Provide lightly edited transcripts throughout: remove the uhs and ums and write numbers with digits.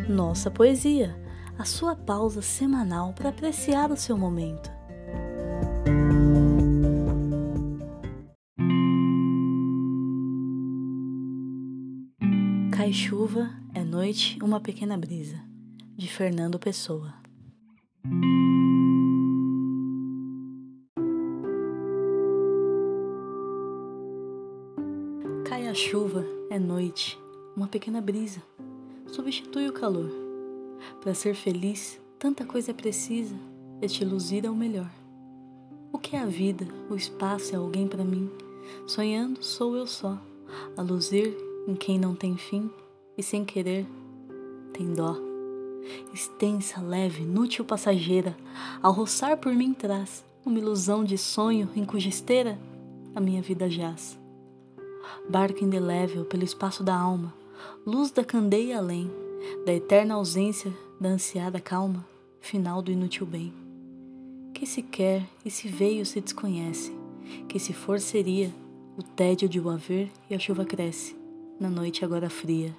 Nossa Poesia, a sua pausa semanal para apreciar o seu momento. Cai chuva, é noite, uma pequena brisa, de Fernando Pessoa. Cai a chuva, é noite, uma pequena brisa, substitui o calor. Para ser feliz, tanta coisa é precisa, este luzir é o melhor. O que é a vida, o espaço é alguém para mim, sonhando sou eu só, a luzir em quem não tem fim e sem querer tem dó. Extensa, leve, inútil passageira, ao roçar por mim traz uma ilusão de sonho em cuja esteira a minha vida jaz. Barca indelével pelo espaço da alma, luz da candeia além, da eterna ausência da ansiada calma, final do inútil bem. Que se quer e se veio se desconhece, que se for seria o tédio de o haver e a chuva cresce, na noite agora fria.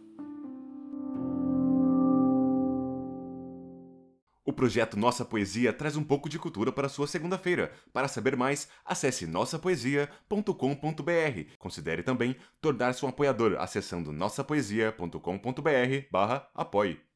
O projeto Nossa Poesia traz um pouco de cultura para a sua segunda-feira. Para saber mais, acesse nossapoesia.com.br. Considere também tornar-se um apoiador acessando nossapoesia.com.br/apoie.